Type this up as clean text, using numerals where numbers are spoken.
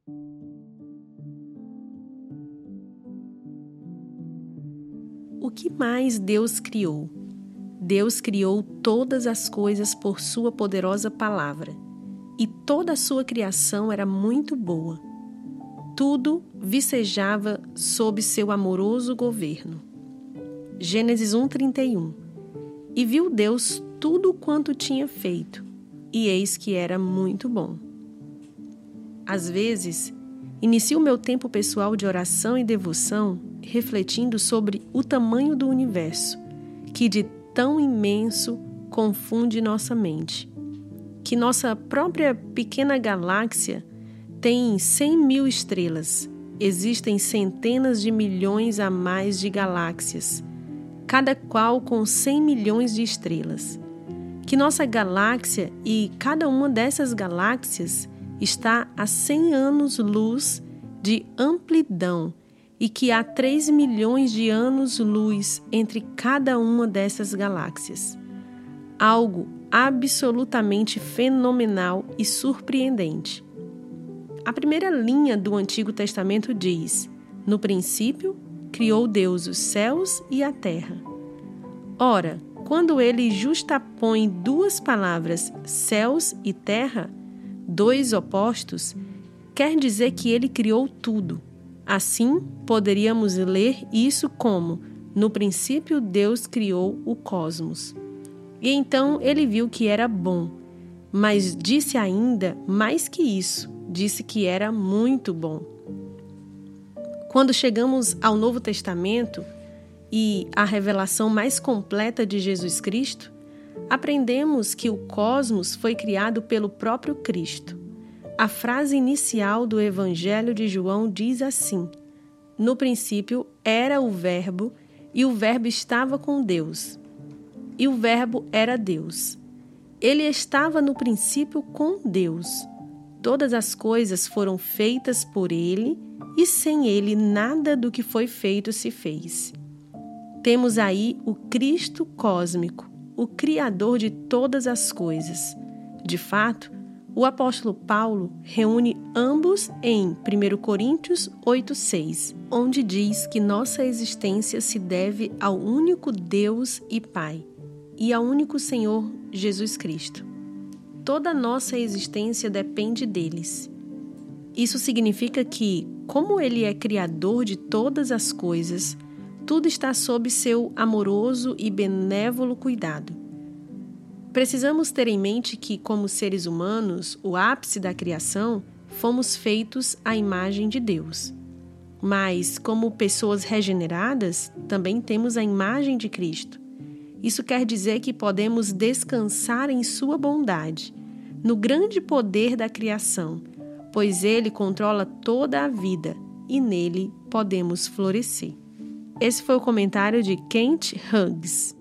O que mais Deus criou? Deus criou todas as coisas por sua poderosa palavra, e toda a sua criação era muito boa. Tudo vicejava sob seu amoroso governo. Gênesis 1:31. E viu Deus tudo quanto tinha feito, e eis que era muito bom. Às vezes, inicio meu tempo pessoal de oração e devoção refletindo sobre o tamanho do universo, que de tão imenso confunde nossa mente. Que nossa própria pequena galáxia tem 100.000 estrelas. Existem centenas de milhões a mais de galáxias, cada qual com 100 milhões de estrelas. Que nossa galáxia e cada uma dessas galáxias está a 100 anos-luz de amplidão e que há 3 milhões de anos-luz entre cada uma dessas galáxias. Algo absolutamente fenomenal e surpreendente. A primeira linha do Antigo Testamento diz: no princípio, criou Deus os céus e a terra. Ora, quando ele justapõe duas palavras, céus e terra, dois opostos, quer dizer que ele criou tudo. Assim, poderíamos ler isso como: no princípio Deus criou o cosmos. E então ele viu que era bom, mas disse ainda mais que isso, disse que era muito bom. Quando chegamos ao Novo Testamento e à revelação mais completa de Jesus Cristo, aprendemos que o cosmos foi criado pelo próprio Cristo. A frase inicial do Evangelho de João diz assim: no princípio era o Verbo, e o Verbo estava com Deus, e o Verbo era Deus. Ele estava no princípio com Deus. Todas as coisas foram feitas por ele, e sem ele nada do que foi feito se fez. Temos aí o Cristo cósmico, o Criador de todas as coisas. De fato, o apóstolo Paulo reúne ambos em 1 Coríntios 8:6, onde diz que nossa existência se deve ao único Deus e Pai, e ao único Senhor Jesus Cristo. Toda a nossa existência depende deles. Isso significa que, como Ele é Criador de todas as coisas, tudo está sob seu amoroso e benévolo cuidado. Precisamos ter em mente que, como seres humanos, o ápice da criação, fomos feitos à imagem de Deus. Mas, como pessoas regeneradas, também temos a imagem de Cristo. Isso quer dizer que podemos descansar em sua bondade, no grande poder da criação, pois Ele controla toda a vida e nele podemos florescer. Esse foi o comentário de Kent Hughes.